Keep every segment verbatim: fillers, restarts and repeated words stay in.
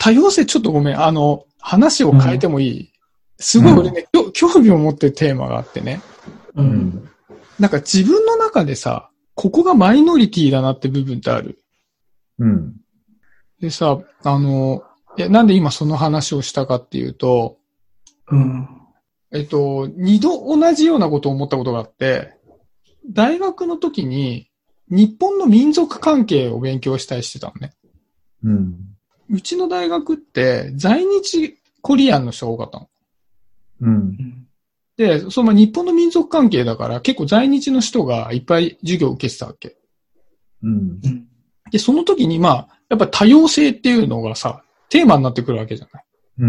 多様性ちょっとごめん、あの、話を変えてもいい、うん、すごい俺ね、うん、興味を持ってるテーマがあってね。うん。なんか自分の中でさ、ここがマイノリティだなって部分ってある。 うん。 でさ、あの、いや、なんで今その話をしたかっていうと、 うん。 えっと、二度同じようなことを思ったことがあって、大学の時に日本の民族関係を勉強したりしてたのね。 うん。 うちの大学って在日コリアンの人が多かったの。 うん。 で、その日本の民族関係だから結構在日の人がいっぱい授業を受けてたわけ。 うん。 で、その時にまあ、やっぱ多様性っていうのがさ、テーマになってくるわけじゃない。 うん。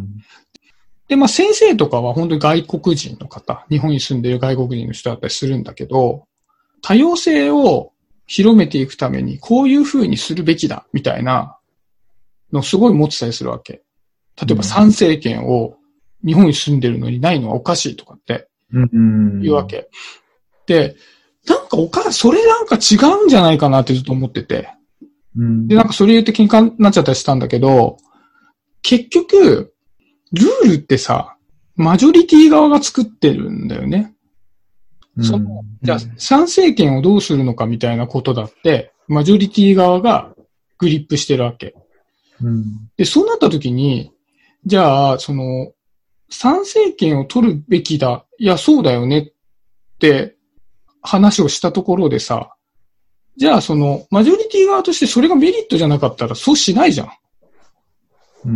で、まあ先生とかは本当に外国人の方、日本に住んでいる外国人の人だったりするんだけど、多様性を広めていくためにこういう風にするべきだ、みたいなのをすごい持ってたりするわけ。例えば参政権を日本に住んでるのにないのはおかしいとかって言うわけ。で、なんかおか、それなんか違うんじゃないかなってずっと思ってて。で、なんかそれ言って喧嘩になっちゃったりしたんだけど、結局、ルールってさ、マジョリティ側が作ってるんだよね。うん、その、じゃあ、参政権をどうするのかみたいなことだって、マジョリティ側がグリップしてるわけ。 うん、 で、そうなった時に、じゃあ、その、参政権を取るべきだ。いや、そうだよねって話をしたところでさ、じゃあ、その、マジョリティ側としてそれがメリットじゃなかったらそうしないじゃん。 うん、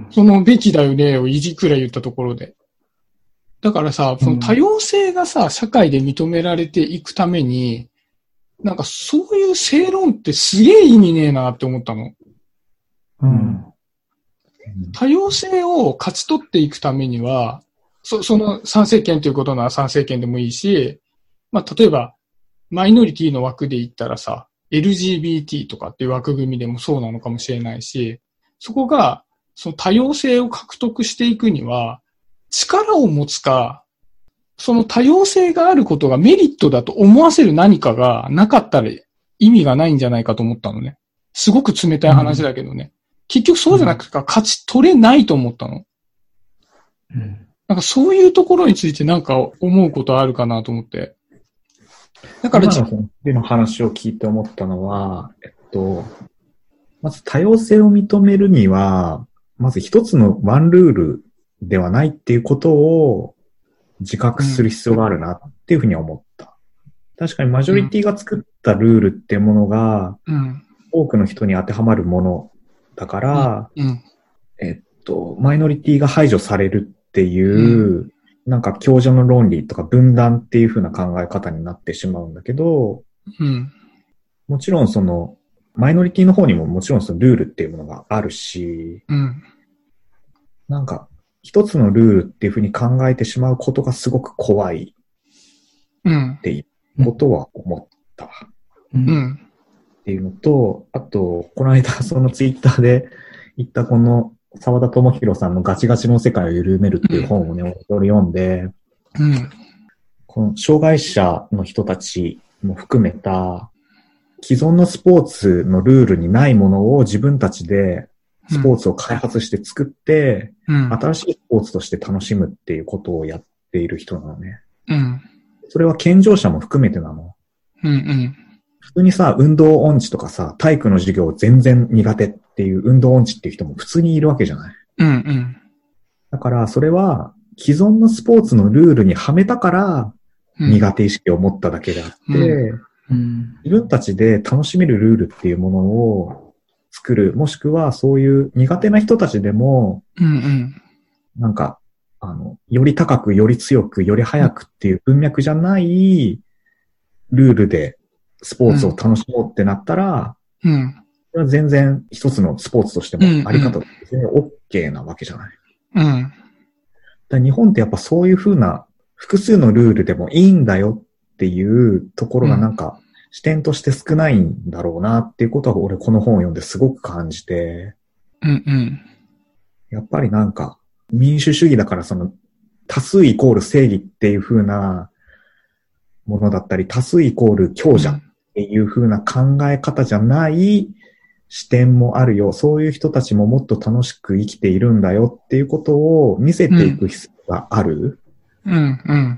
そのべきだよねをいじくらい言ったところで。だからさ、その多様性がさ、社会で認められていくために、なんかそういう正論ってすげえ意味ねえなって思ったの。 うん。 多様性を勝ち取っていくためには、そ、その参政権ということなら参政権でもいいし、まあ、例えば、マイノリティの枠で言ったらさ、エルジービーティー とかっていう枠組みでもそうなのかもしれないし、そこが、その多様性を獲得していくには、力を持つか、その多様性があることがメリットだと思わせる何かがなかったら意味がないんじゃないかと思ったのね。すごく冷たい話だけどね。うん、結局そうじゃなくて勝ち取れないと思ったの。 うん、 なんかそういうところについてなんか思うことあるかなと思って。 だから今の先生の話を聞いて思ったのは、えっと、まず多様性を認めるには、まず一つのワンルールではないっていうことを自覚する必要があるなっていうふうに思った。うん、確かにマジョリティが作ったルールっていうものが、多くの人に当てはまるものだから、 うんうん、 えっと、マイノリティが排除されるっていう、うん、なんか共助の論理とか分断っていうふうな考え方になってしまうんだけど、 うん、 もちろんその、マイノリティの方にももちろんそのルールっていうものがあるし、 うん、 なんか一つのルールっていうふうに考えてしまうことがすごく怖いっていうことは思った、 うん、 っていうのと、あと、この間そのツイッターで言ったこの沢田智弘さんのガチガチの世界を緩めるっていう本をね、俺読んで、 うん、 この障害者の人たちも含めた既存のスポーツのルールにないものを自分たちでスポーツを開発して作って、 うん、 新しいスポーツとして楽しむっていうことをやっている人なのね。 うん、 それは健常者も含めてなの。 うんうん、 普通にさ、運動音痴とかさ、体育の授業全然苦手っていう運動音痴っていう人も普通にいるわけじゃない。 うんうん、 だからそれは既存のスポーツのルールにはめたから苦手意識を持っただけであって、 うんうん、 自分たちで楽しめるルールっていうものを作る、もしくはそういう苦手な人たちでも、 うんうん、 なんか、あの、より高く、より強く、より速くっていう文脈じゃないルールでスポーツを楽しもうってなったら、 うん、 それは全然一つのスポーツとしてもあり方として全然 OK なわけじゃない。 うん、 だから日本ってやっぱそういう風な複数のルールでもいいんだよっていうところがなんか視点として少ないんだろうなっていうことは俺この本を読んですごく感じて、 うんうん、 やっぱりなんか民主主義だからその多数イコール正義っていう風なものだったり多数イコール強者っていう風な考え方じゃない視点もあるよ。そういう人たちももっと楽しく生きているんだよっていうことを見せていく必要がある。 うん、うん。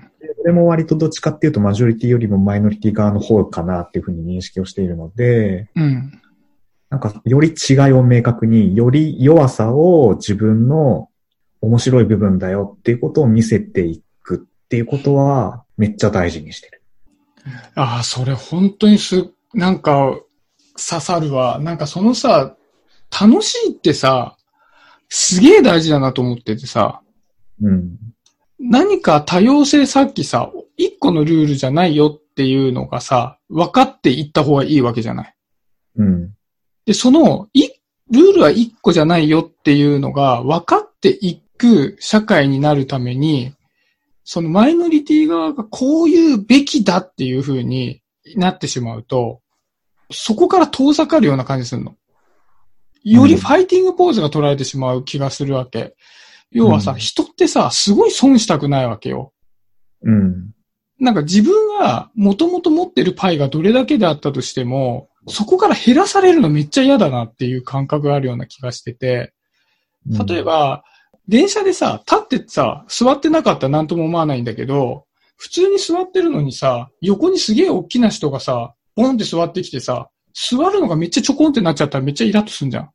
それも割とどっちかっていうとマジョリティよりもマイノリティ側の方かなっていうふうに認識をしているので、 うん。 なんかより違いを明確に、より弱さを自分の面白い部分だよっていうことを見せていくっていうことはめっちゃ大事にしてる。 ああ、それ本当にす、なんか刺さるわ。なんかそのさ、楽しいってさ、すげえ大事だなと思っててさ、 うん。 何か多様性さっきさ、一個のルールじゃないよっていうのがさ、分かっていった方がいいわけじゃない。 うん。 で、その、い、ルールは一個じゃないよっていうのが分かっていく社会になるために、そのマイノリティ側がこういうべきだっていう風になってしまうと、そこから遠ざかるような感じするの。よりファイティングポーズが取られてしまう気がするわけ。要はさ、 うん、 人ってさ、すごい損したくないわけよ。 うん。 なんか自分が元々持ってるパイがどれだけであったとしても、そこから減らされるのめっちゃ嫌だなっていう感覚があるような気がしてて、例えば、電車でさ、立ってさ、座ってなかったら何とも思わないんだけど、普通に座ってるのにさ、横にすげえ大きな人がさ、ボンって座ってきてさ、座るのがめっちゃちょこんってなっちゃったらめっちゃイラッとすんじゃん。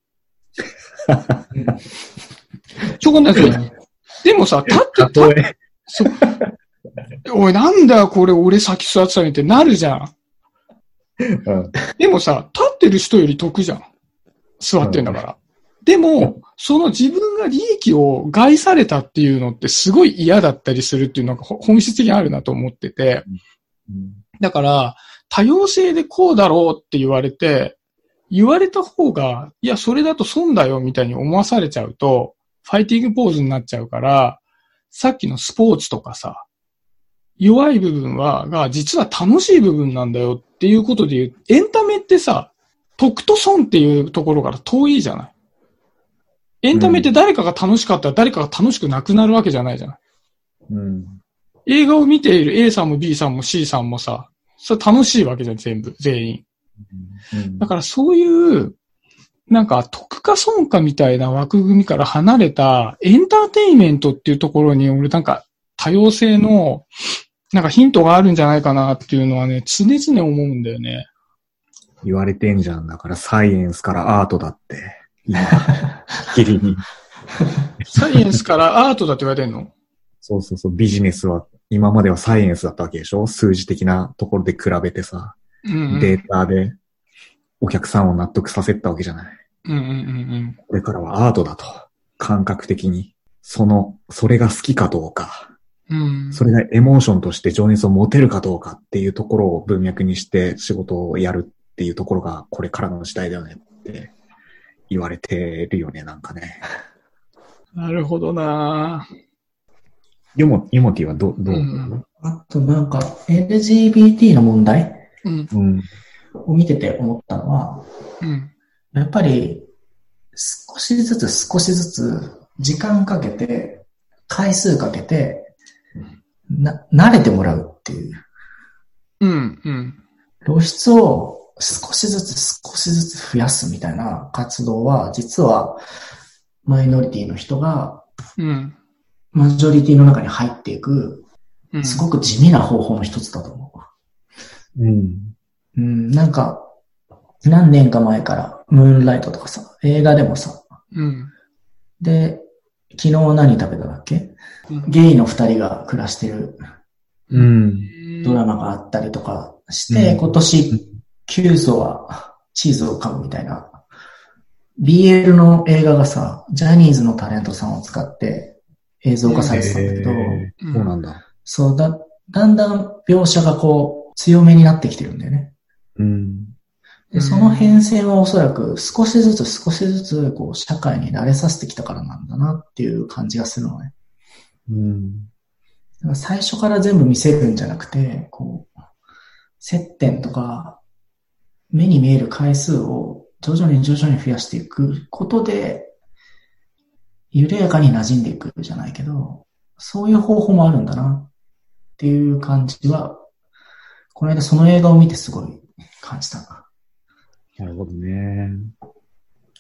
ちょこんなやつ。でもさ、立って、立って、そう。おい、なんだよ、これ俺先座ってたのにってなるじゃん。うん、でもさ、立ってる人より得じゃん。座ってんだから。うん、でも、その自分が利益を害されたっていうのってすごい嫌だったりするっていうのが本質的にあるなと思ってて。うん、だから、多様性でこうだろうって言われて、言われた方が、いや、それだと損だよみたいに思わされちゃうと、ファイティングポーズになっちゃうから、さっきのスポーツとかさ、弱い部分は、が実は楽しい部分なんだよっていうことで言う、エンタメってさ、得と損っていうところから遠いじゃない。エンタメって誰かが楽しかったら誰かが楽しくなくなるわけじゃないじゃない。うん、映画を見ている A さんも B さんも C さんもさ、それ楽しいわけじゃん、全部、全員。うん、だからそういう、なんか得か損かみたいな枠組みから離れたエンターテインメントっていうところに俺なんか多様性のなんかヒントがあるんじゃないかなっていうのはね、常々思うんだよね。 言われてんじゃん。だからサイエンスからアートだって。今、ギリに。 サイエンスからアートだって言われてんの？ そうそうそう。ビジネスは、今まではサイエンスだったわけでしょ？数字的なところで比べてさ。うんうん、データでお客さんを納得させたわけじゃない。 うんうんうんうん、 これからはアートだと。感覚的に。その、それが好きかどうか。うん、それがエモーションとして情熱を持てるかどうかっていうところを文脈にして仕事をやるっていうところがこれからの時代だよねって言われてるよね、なんかね。 なるほどなぁ。 ユモ、ユモティはど、どう、うん、 あとなんか エルジービーティー の問題、うん、を見てて思ったのは、うん、やっぱり少しずつ少しずつ時間かけて回数かけてな、慣れてもらうっていう。うん、うん。露出を少しずつ少しずつ増やすみたいな活動は、実はマイノリティの人が、うん、マジョリティの中に入っていく、すごく地味な方法の一つだと思う。うん。うん、なんか、何年か前から、ムーンライトとかさ、映画でもさ、うん、で、昨日何食べただっけ、うん、ゲイの二人が暮らしてるドラマがあったりとかして、うん、今年、キュウソはチーズを買うみたいな ビーエル の映画がさ、ジャニーズのタレントさんを使って映像化されてたんだけど、 えー、そうなんだ。 そうだ、だんだん描写がこう強めになってきてるんだよね。うん、でその変遷はおそらく少しずつ少しずつこう社会に慣れさせてきたからなんだなっていう感じがするのね。うん、だから最初から全部見せるんじゃなくて、こう接点とか目に見える回数を徐々に徐々に増やしていくことで緩やかに馴染んでいくじゃないけど、そういう方法もあるんだなっていう感じは、この間その映画を見てすごい感じたな。 なるほどね。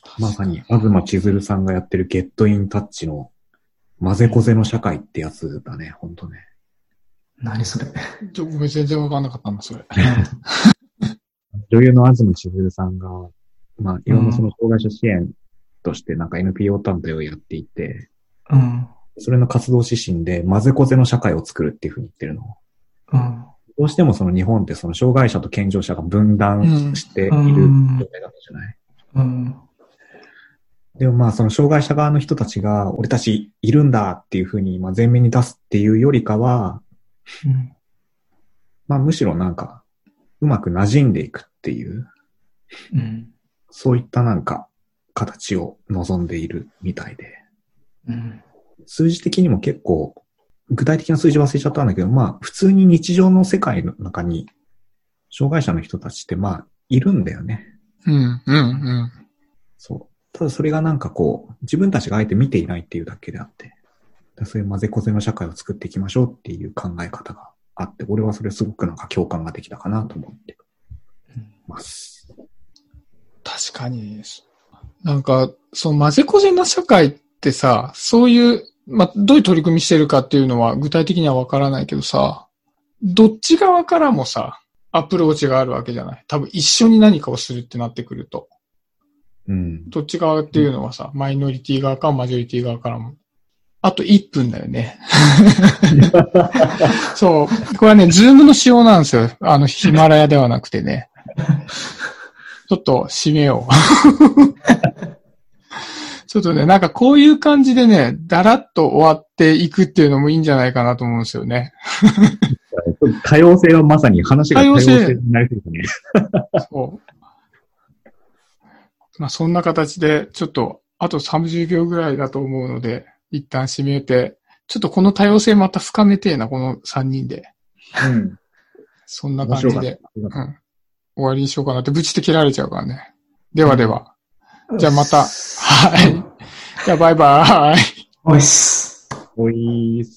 まさに、東千鶴さんがやってるゲットインタッチの混ぜこぜの社会ってやつだね、ほんとね。 何それ。 ちょ、ごめん、全然わかんなかったんだ、それ。 女優の東千鶴さんが、まあ、いろんなその障害者支援としてなんか エヌピーオー 団体をやっていて、 うん。 それの活動指針で混ぜこぜの社会を作るっていうふうに言ってるの。 うん。 どうしてもその日本ってその障害者と健常者が分断している状態だったじゃない、 うんうん、 でもまあその障害者側の人たちが俺たちいるんだっていうふうにまあ前面に出すっていうよりかは、 うん、 まあむしろなんかうまく馴染んでいくっていう、 うん、 そういったなんか形を望んでいるみたいで、 うん、 数字的にも結構具体的な数字忘れちゃったんだけど、まあ普通に日常の世界の中に障害者の人たちってまあいるんだよね。 うん、うん、うん。 そう。ただそれがなんかこう、自分たちがあえて見ていないっていうだけであって、そういう混ぜこぜの社会を作っていきましょうっていう考え方があって、俺はそれすごくなんか共感ができたかなと思ってます。 確かに。なんか、その混ぜこぜな社会ってさ、そういう、まあ、どういう取り組みしてるかっていうのは具体的にはわからないけどさ、どっち側からもさ、アプローチがあるわけじゃない。多分一緒に何かをするってなってくると。 うん。 どっち側っていうのはさ、マイノリティ側かマジョリティ側からも。あといっぷんだよね。そう。これはね、ズームの仕様なんですよ。あの、ヒマラヤではなくてね。ちょっと締めよう。ちょっとね、なんかこういう感じでね、だらっと終わっていくっていうのもいいんじゃないかなと思うんですよね。 多様性はまさに話が多様性になりそうですね。 そう。まあそんな形で、ちょっとあとさんじゅうびょうぐらいだと思うので、一旦締めて、ちょっとこの多様性また深めてえな、このさんにんで。 うん。 そんな感じで、うん、終わりにしようかなって、ブチって切られちゃうからね。ではでは。うん、じゃあまた。はい。じゃあバイバーイ。 おいっす。 おいーす。